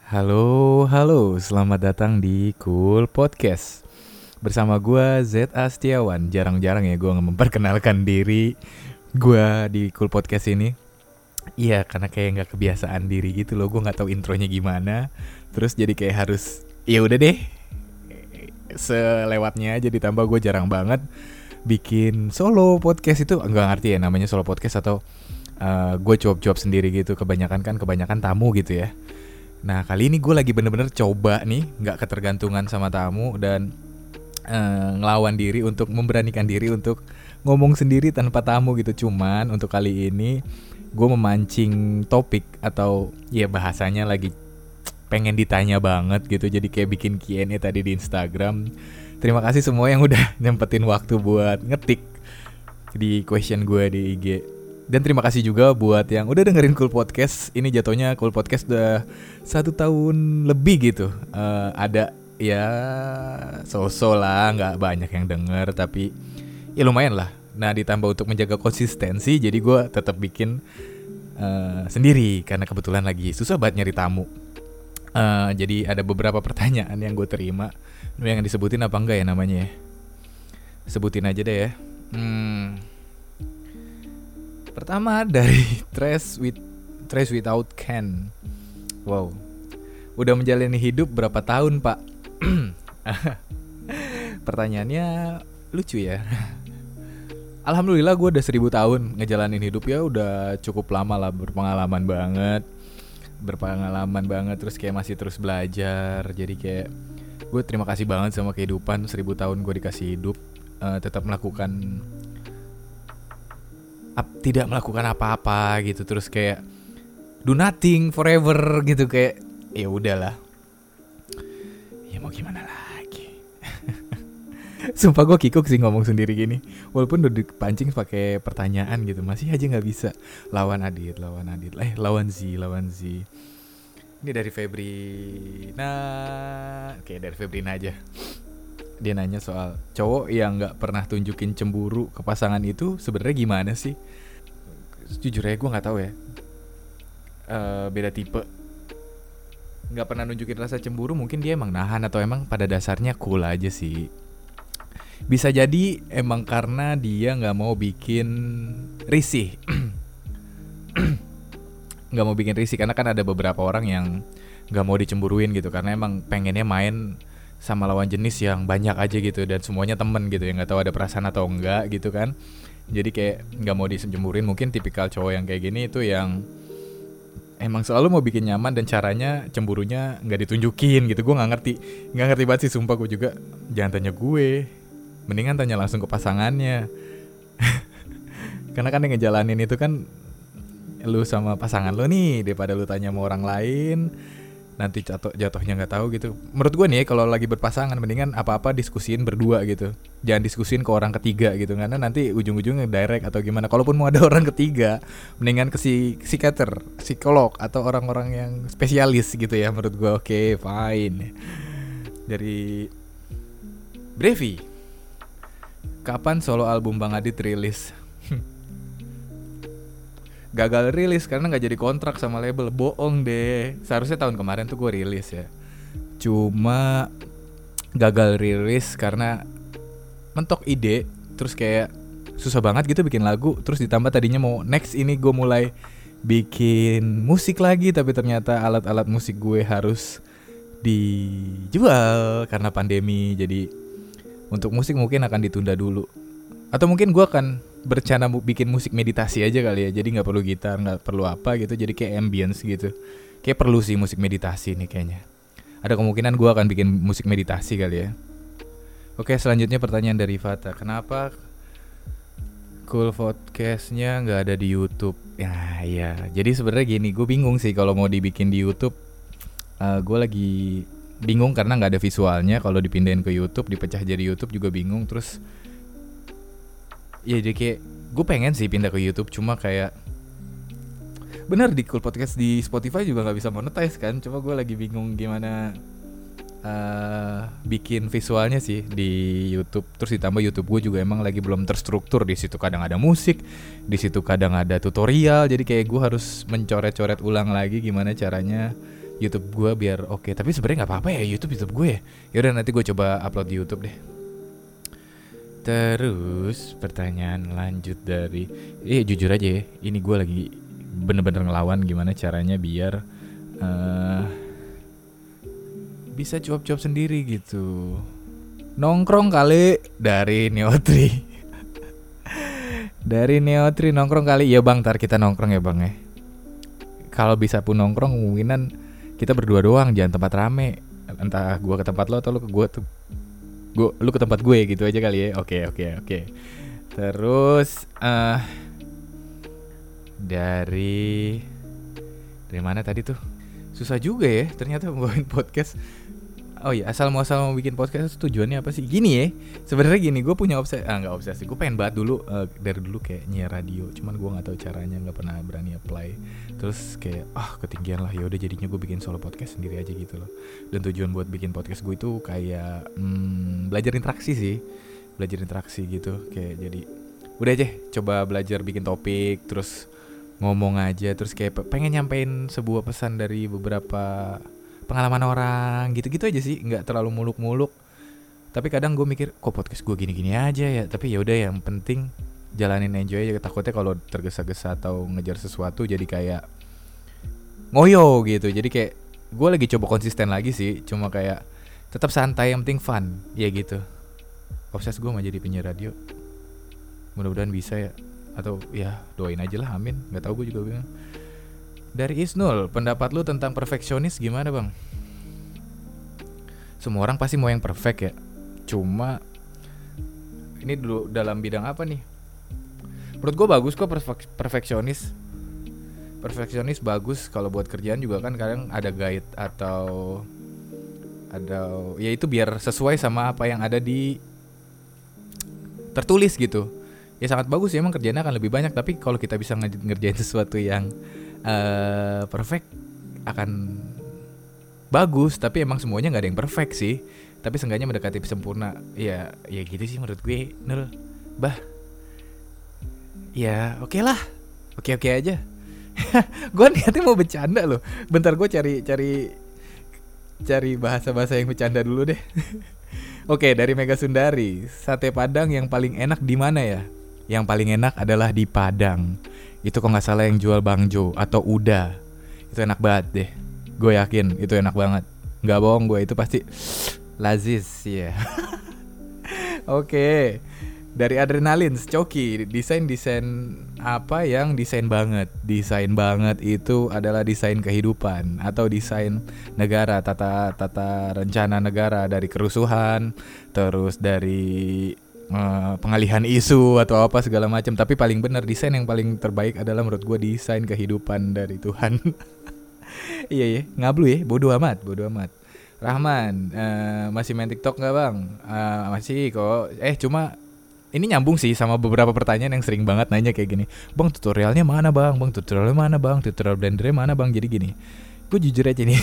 Halo, selamat datang di Cool Podcast. Bersama gue Z.A. Setiawan. Jarang-jarang ya gue memperkenalkan diri gue di Cool Podcast ini. Iya, karena kayak gak kebiasaan diri gitu loh. Gue gak tahu intronya gimana. Terus jadi kayak harus, ya udah deh, selewatnya aja. Ditambah gue jarang banget bikin solo podcast itu. Enggak ngerti ya namanya solo podcast atau gue cuap-cuap sendiri gitu. Kebanyakan tamu gitu ya. Nah kali ini gue lagi bener-bener coba nih gak ketergantungan sama tamu dan ngelawan diri untuk memberanikan diri untuk ngomong sendiri tanpa tamu gitu. Cuman untuk kali ini gue memancing topik atau ya bahasanya lagi pengen ditanya banget gitu. Jadi kayak bikin Q&A tadi di Instagram. Terima kasih semua yang udah nyempetin waktu buat ngetik di question gue di IG. Dan terima kasih juga buat yang udah dengerin Cool Podcast. Ini jatuhnya Cool Podcast udah 1 tahun lebih gitu. Ada ya so-so lah, gak banyak yang denger, tapi ya lumayan lah. Nah ditambah untuk menjaga konsistensi, jadi gue tetap bikin sendiri. Karena kebetulan lagi susah banget nyari tamu. Jadi ada beberapa pertanyaan yang gue terima. Yang disebutin apa enggak ya namanya ya? Sebutin aja deh ya. Pertama dari Trash Without Ken. Wow. Udah menjalani hidup berapa tahun, Pak? Pertanyaannya lucu ya. Alhamdulillah gue udah 1000 tahun ngejalanin hidup ya, udah cukup lama lah, berpengalaman banget. Terus kayak masih terus belajar. Jadi kayak gue terima kasih banget sama kehidupan. 1000 tahun gue dikasih hidup, tetap tidak melakukan apa-apa gitu, terus kayak do nothing forever gitu, kayak ya udahlah, ya mau gimana lagi. Sumpah gue kikuk sih ngomong sendiri gini, walaupun udah dipancing pakai pertanyaan gitu, masih aja nggak bisa. Lawan Z. Ini dari Febrina, kayak dari Febrina aja. Dia nanya soal cowok yang gak pernah tunjukin cemburu ke pasangan itu sebenarnya gimana sih? Jujur aja gue gak tahu ya. Beda tipe. Gak pernah nunjukin rasa cemburu, mungkin dia emang nahan atau emang pada dasarnya cool aja sih. Bisa jadi emang karena dia gak mau bikin risih. Gak mau bikin risih karena kan ada beberapa orang yang gak mau dicemburuin gitu, karena emang pengennya main sama lawan jenis yang banyak aja gitu, dan semuanya temen gitu, yang nggak tahu ada perasaan atau enggak gitu kan. Jadi kayak nggak mau dicemburuin. Mungkin tipikal cowok yang kayak gini itu yang emang selalu mau bikin nyaman dan caranya cemburunya nggak ditunjukin gitu. Gue nggak ngerti banget sih, sumpah. Gue juga jangan tanya gue, mendingan tanya langsung ke pasangannya. Karena kan yang ngejalanin itu kan lu sama pasangan lu nih, daripada lu tanya sama orang lain nanti jatuhnya nggak tahu gitu. Menurut gue nih, kalau lagi berpasangan mendingan apa-apa diskusiin berdua gitu, jangan diskusiin ke orang ketiga gitu, karena nanti ujung-ujungnya direct atau gimana. Kalaupun mau ada orang ketiga, mendingan ke psikiater, psikolog atau orang-orang yang spesialis gitu ya, menurut gue. Oke, fine. Dari Brevi, kapan solo album Bang Adit rilis? Gagal rilis karena gak jadi kontrak sama label. Bohong deh, seharusnya tahun kemarin tuh gue rilis ya. Cuma gagal rilis karena mentok ide, terus kayak susah banget gitu bikin lagu. Terus ditambah tadinya mau next ini gue mulai bikin musik lagi, tapi ternyata alat-alat musik gue harus dijual karena pandemi. Jadi untuk musik mungkin akan ditunda dulu. Atau mungkin gue akan berencana bikin musik meditasi aja kali ya. Jadi gak perlu gitar, gak perlu apa gitu. Jadi kayak ambience gitu. Kayak perlu sih musik meditasi nih kayaknya. Ada kemungkinan gue akan bikin musik meditasi kali ya. Oke, selanjutnya pertanyaan dari Fata. Kenapa Cool Podcast-nya gak ada di YouTube? Ya, jadi sebenarnya gini, gue bingung sih kalau mau dibikin di YouTube. Gue lagi bingung karena gak ada visualnya. Kalau dipindahin ke YouTube, dipecah jadi YouTube juga bingung. Terus ya jadi kayak gue pengen sih pindah ke YouTube, cuma kayak bener di Cool Podcast di Spotify juga nggak bisa monetize kan. Cuma gue lagi bingung gimana bikin visualnya sih di YouTube. Terus ditambah YouTube gue juga emang lagi belum terstruktur. Di situ kadang ada musik, di situ kadang ada tutorial. Jadi kayak gue harus mencoret-coret ulang lagi gimana caranya YouTube gue biar oke. Tapi sebenarnya nggak apa-apa ya YouTube gue ya. Yaudah nanti gue coba upload di YouTube deh. Terus pertanyaan lanjut dari jujur aja ya, ini gue lagi bener-bener ngelawan gimana caranya biar bisa cuap-cuap sendiri gitu. Nongkrong kali dari Neotri. Dari Neotri nongkrong kali. Ya bang, ntar kita nongkrong ya bang ya. Kalau bisa pun nongkrong kemungkinan kita berdua doang, jangan tempat rame. Entah gue ke tempat lo atau lo ke gue tuh. Lu ke tempat gue gitu aja kali ya. Oke. Terus dari mana tadi tuh? Susah juga ya ternyata membawain podcast. Oh iya, asal mau bikin podcast tujuannya apa sih? Gini ya, sebenarnya gini, gue punya obsesi, gue pengen banget dulu dari dulu kayak nyiar radio, cuman gue nggak tahu caranya, nggak pernah berani apply. Terus kayak ketinggian lah, ya udah jadinya gue bikin solo podcast sendiri aja gitu loh. Dan tujuan buat bikin podcast gue itu kayak belajar interaksi gitu, kayak jadi udah aja coba belajar bikin topik, terus ngomong aja, terus kayak pengen nyampein sebuah pesan dari beberapa pengalaman orang gitu-gitu aja sih, nggak terlalu muluk-muluk. Tapi kadang gue mikir kok podcast gue gini-gini aja ya, tapi ya udah yang penting jalanin, enjoy aja. Takutnya kalau tergesa-gesa atau ngejar sesuatu jadi kayak ngoyo gitu. Jadi kayak gue lagi coba konsisten lagi sih, cuma kayak tetap santai, yang penting fun ya gitu. Obses gue mau jadi penyiar radio, mudah-mudahan bisa ya, atau ya doain aja lah, amin. Nggak tahu gue juga bilang. Dari Isnul, pendapat lu tentang perfeksionis gimana bang? Semua orang pasti mau yang perfect ya. Cuma ini dulu dalam bidang apa nih? Menurut gue bagus kok perfeksionis. Perfeksionis bagus kalau buat kerjaan juga kan kadang ada guide atau ya itu biar sesuai sama apa yang ada di tertulis gitu. Ya sangat bagus ya, emang kerjanya akan lebih banyak. Tapi kalau kita bisa ngerjain sesuatu yang perfect akan bagus. Tapi emang semuanya nggak ada yang perfect sih, tapi seenggaknya mendekati sempurna. Ya gitu sih menurut gue, Nul. Bah, ya oke lah, oke aja. Gue niatnya mau bercanda loh. Bentar gue cari bahasa-bahasa yang bercanda dulu deh. Oke, dari Mega Sundari, sate Padang yang paling enak di mana ya? Yang paling enak adalah di Padang. Itu kok nggak salah yang jual Bang Jo atau Uda. Itu enak banget deh. Gue yakin itu enak banget. Nggak bohong gue, itu pasti lazis ya. Yeah. Oke. Dari Adrenalin, Coki, desain apa yang desain banget? Desain banget itu adalah desain kehidupan atau desain negara, tata rencana negara, dari kerusuhan, terus dari pengalihan isu atau apa segala macam. Tapi paling benar, desain yang paling terbaik adalah menurut gue desain kehidupan dari Tuhan. Iya ngablu ya, bodo amat. Rahman, masih main TikTok nggak bang? Masih kok. Cuma ini nyambung sih sama beberapa pertanyaan yang sering banget nanya kayak gini. Bang, tutorialnya mana bang? Tutorial Blendernya mana bang? Jadi gini, gue jujur aja nih.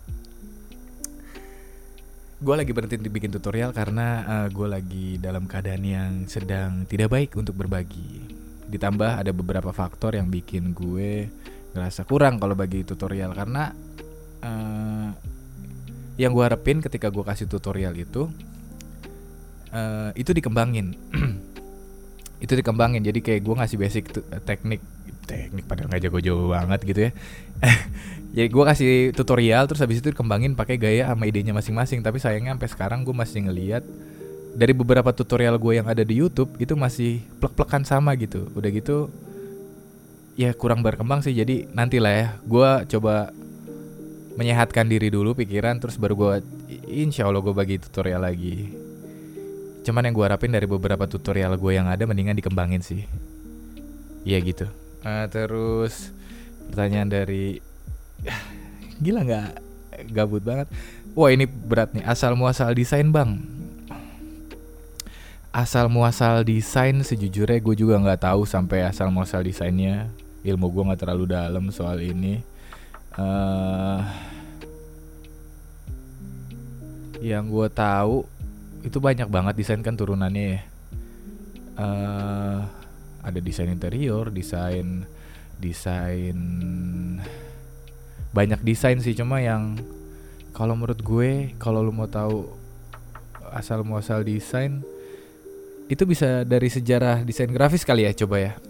Gue lagi berhenti bikin tutorial karena gue lagi dalam keadaan yang sedang tidak baik untuk berbagi. Ditambah ada beberapa faktor yang bikin gue ngerasa kurang kalau bagi tutorial. Karena yang gue harapin ketika gue kasih tutorial itu dikembangin. Itu dikembangin. Jadi kayak gue ngasih basic teknik padahal gak jago-jago banget gitu ya. Jadi gue kasih tutorial, terus habis itu dikembangin pakai gaya sama idenya masing-masing. Tapi sayangnya sampai sekarang gue masih ngelihat dari beberapa tutorial gue yang ada di YouTube itu masih plek-plekan sama gitu. Udah gitu ya kurang berkembang sih. Jadi nantilah ya, gue coba menyehatkan diri dulu pikiran, terus baru gue insya Allah gue bagi tutorial lagi. Cuman yang gue harapin dari beberapa tutorial gue yang ada mendingan dikembangin sih. Iya gitu. Terus pertanyaan dari gila nggak, gabut banget. Wah ini berat nih. Asal muasal desain bang. Asal muasal desain sejujurnya gue juga nggak tahu sampai asal muasal desainnya. Ilmu gue nggak terlalu dalam soal ini. Yang gue tahu itu banyak banget desain kan turunannya ya. Ada desain interior, desain banyak desain sih, cuma yang kalau menurut gue, kalau lu mau tahu asal muasal desain, itu bisa dari sejarah desain grafis kali ya, coba ya.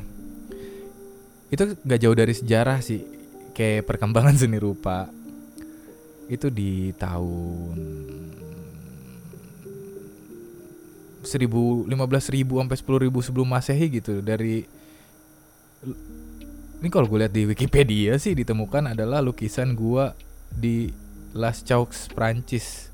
Itu gak jauh dari sejarah sih, kayak perkembangan seni rupa. Itu di tahun 15.000 sampai 10.000 sebelum Masehi gitu. Ini kalau gue lihat di Wikipedia sih, ditemukan adalah lukisan gua di Las Chaux, Prancis.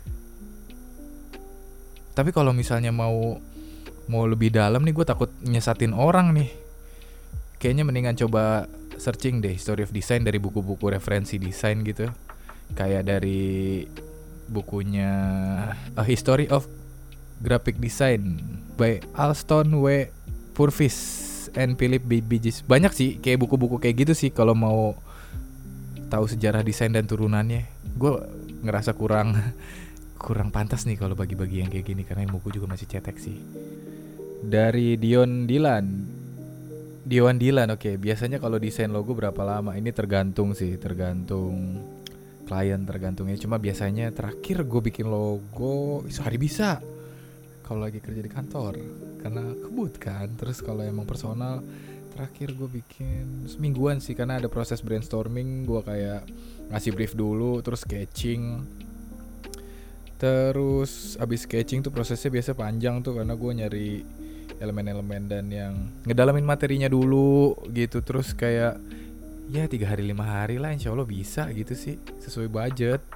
Tapi kalau misalnya mau lebih dalam nih, gue takut nyesatin orang nih. Kayaknya mendingan coba searching deh History of Design dari buku-buku referensi desain gitu. Kayak dari bukunya A History of Graphic Design by Alston W. Purvis and Philip B. Biggs. Banyak sih kayak buku-buku kayak gitu sih kalau mau tahu sejarah desain dan turunannya. Gue ngerasa kurang pantas nih kalau bagi-bagi yang kayak gini, karena buku juga masih cetek sih. Dari Dion Dylan, oke. Biasanya kalau desain logo berapa lama? Ini tergantung klien, tergantungnya. Cuma biasanya terakhir gue bikin logo sehari bisa, kalau lagi kerja di kantor, karena kebut kan. Terus kalau emang personal, terakhir gue bikin semingguan sih, karena ada proses brainstorming. Gue kayak ngasih brief dulu, terus sketching. Terus abis sketching tuh prosesnya biasa panjang tuh, karena gue nyari elemen-elemen dan yang ngedalamin materinya dulu gitu. Terus kayak ya 3 hari 5 hari lah, insya Allah bisa gitu sih, sesuai budget.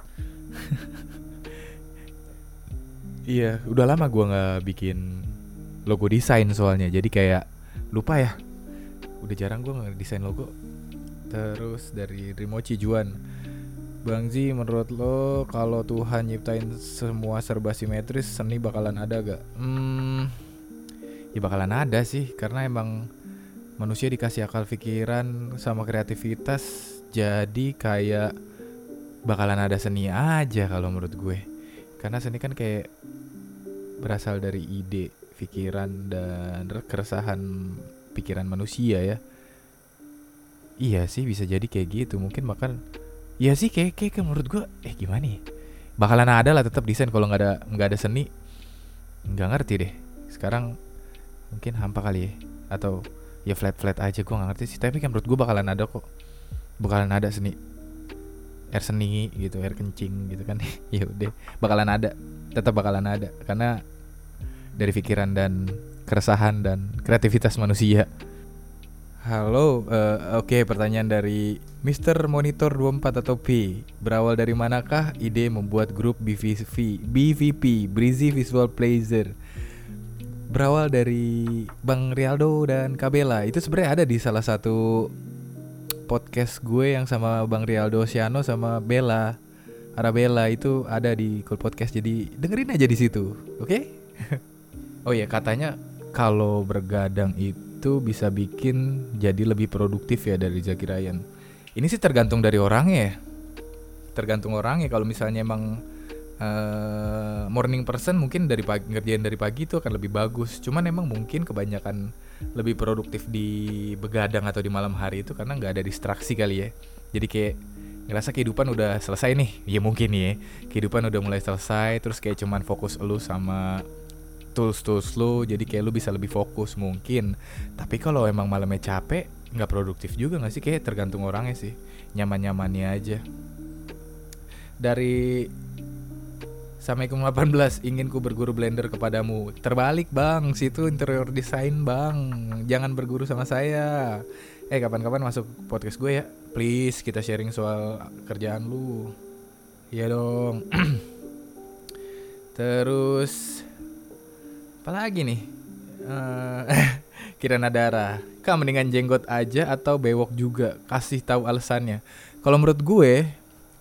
Iya, udah lama gue gak bikin logo desain soalnya, jadi kayak lupa ya. Udah jarang gue ngedesain logo. Terus dari Rimochi Juan, Bang Zi, menurut lo kalau Tuhan nyiptain semua serba simetris, seni bakalan ada gak? Ya bakalan ada sih, karena emang manusia dikasih akal pikiran sama kreativitas, jadi kayak bakalan ada seni aja kalau menurut gue. Karena seni kan kayak berasal dari ide, pikiran, dan keresahan pikiran manusia ya. Iya sih, bisa jadi kayak gitu. Mungkin bahkan iya sih, kayak menurut gue gimana ya, bakalan ada lah tetap desain. Kalau nggak ada seni, nggak ngerti deh. Sekarang mungkin hampa kali ya, atau ya flat aja, gue nggak ngerti sih. Tapi kan menurut gue bakalan ada kok, bakalan ada seni, air seni gitu, air kencing gitu kan. Ya udah, bakalan ada, tetap bakalan ada, karena dari pikiran dan keresahan dan kreativitas manusia. Halo, oke, pertanyaan dari Mr. Monitor 24 atau P. Berawal dari manakah ide membuat grup BVP, Breezy Visual Pleasure? Berawal dari Bang Rialdo dan Kabela. Itu sebenarnya ada di salah satu podcast gue yang sama Bang Rialdo Siano sama Bella Arabella, itu ada di Cool Podcast. Jadi dengerin aja di situ, oke? Oh ya, katanya kalau bergadang itu bisa bikin jadi lebih produktif ya, dari Zaki Ryan. Ini sih tergantung dari orangnya ya. Kalau misalnya emang morning person, mungkin ngerjain dari pagi itu akan lebih bagus. Cuman emang mungkin kebanyakan lebih produktif di begadang atau di malam hari itu karena gak ada distraksi kali ya. Jadi kayak ngerasa kehidupan udah selesai nih. Ya mungkin ya, kehidupan udah mulai selesai. Terus kayak cuman fokus lu sama tools lu, jadi kayak lu bisa lebih fokus mungkin. Tapi kalau emang malamnya capek, nggak produktif juga nggak sih? Kayak tergantung orangnya sih, nyaman-nyamannya aja. Dari Assalamualaikum 18, ingin ku berguru Blender kepadamu. Terbalik bang, situ interior design bang, jangan berguru sama saya. Kapan-kapan masuk podcast gue ya, please, kita sharing soal kerjaan lu. Iya dong. Terus apa lagi nih? Kirana Dara, Kak, mendingan jenggot aja atau bewok juga? Kasih tahu alasannya. Kalau menurut gue,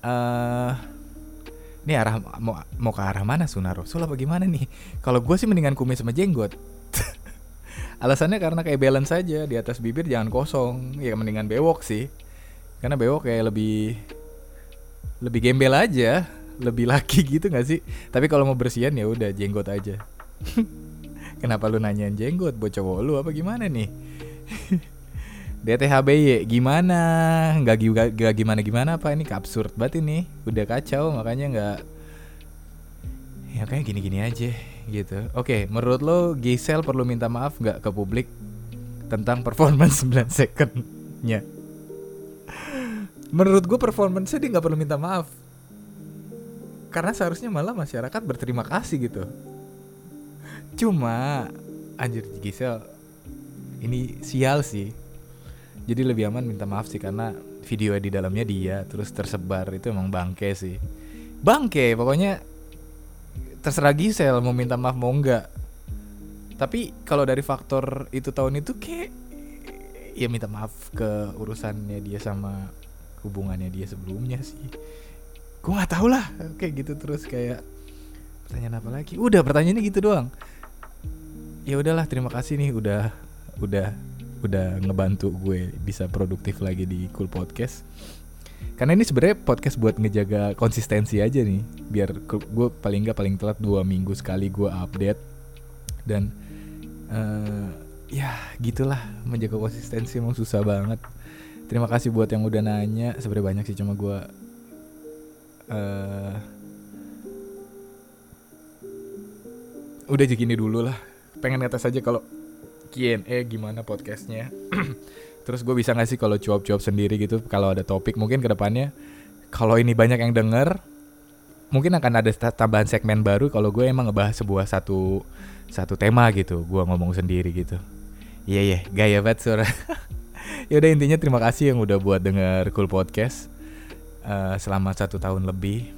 ini arah mau ke arah mana, Sunaro? Soal apa gimana nih? Kalau gue sih mendingan kumis sama jenggot. Alasannya karena kayak balance aja, di atas bibir jangan kosong. Ya mendingan bewok sih, karena bewok kayak lebih gembel aja, lebih laki gitu nggak sih? Tapi kalau mau bersihan ya udah jenggot aja. Kenapa lu nanyain jenggot? Buat cowok lu apa gimana nih? DTHBY gimana? Nggak gimana apa ini, absurd banget ini, udah kacau, makanya nggak, ya kayak gini-gini aja gitu. Oke, menurut lo Gisel perlu minta maaf nggak ke publik tentang performance 9 second-nya? Menurut gue performance-nya dia nggak perlu minta maaf, karena seharusnya malah masyarakat berterima kasih gitu. Cuma anjir Gisel ini sial sih. Jadi lebih aman minta maaf sih, karena video di dalamnya dia terus tersebar itu emang bangke sih. Bangke pokoknya, terserah Gisel mau minta maaf mau enggak. Tapi kalau dari faktor itu tahun itu kayak ya minta maaf ke urusannya dia sama hubungannya dia sebelumnya sih. Gue nggak tahu lah kayak gitu terus, kayak pertanyaan apa lagi? Udah pertanyaannya gitu doang. Ya udahlah, terima kasih nih udah ngebantu gue bisa produktif lagi di Cool Podcast. Karena ini sebenarnya podcast buat ngejaga konsistensi aja nih, biar gue paling telat 2 minggu sekali gue update. Dan ya gitulah, menjaga konsistensi emang susah banget. Terima kasih buat yang udah nanya, sebenarnya banyak sih, cuma gue udah segini dulu lah. Pengen ngetes aja kalau Q&A gimana podcastnya. Terus gue bisa gak sih kalau cuap-cuap sendiri gitu, kalau ada topik. Mungkin kedepannya kalau ini banyak yang denger, mungkin akan ada tambahan segmen baru kalau gue emang ngebahas satu tema gitu, gue ngomong sendiri gitu. Iya gaya banget suara. Yaudah, intinya terima kasih yang udah buat denger Cool Podcast selama 1 tahun lebih.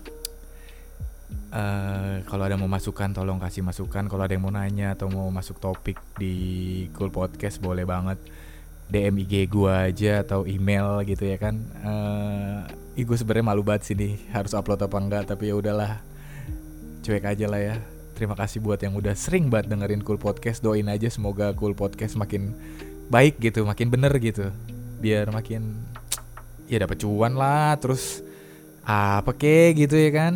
Kalau ada mau masukan tolong kasih masukan. Kalau ada yang mau nanya atau mau masuk topik di Cool Podcast boleh banget DM IG gue aja atau email gitu ya kan. Gue sebenarnya malu banget sih nih harus upload apa enggak, tapi ya udahlah, cuek aja lah ya. Terima kasih buat yang udah sering banget dengerin Cool Podcast. Doain aja semoga Cool Podcast makin baik gitu, makin bener gitu, biar makin ya dapat cuan lah, terus apa kek gitu ya kan.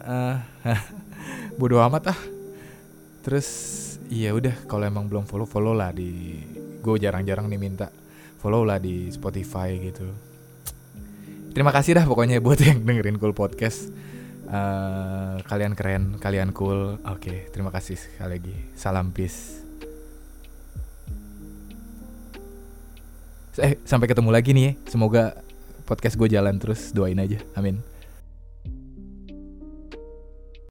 Bodoh amat ah. Terus iya udah, kalau emang belum follow lah di, gue jarang-jarang nih minta follow lah di Spotify gitu. Terima kasih dah pokoknya buat yang dengerin Cool Podcast. Kalian keren, kalian cool. Oke, terima kasih sekali lagi. Salam peace. Sampai ketemu lagi nih ya. Semoga podcast gue jalan terus, doain aja. Amin.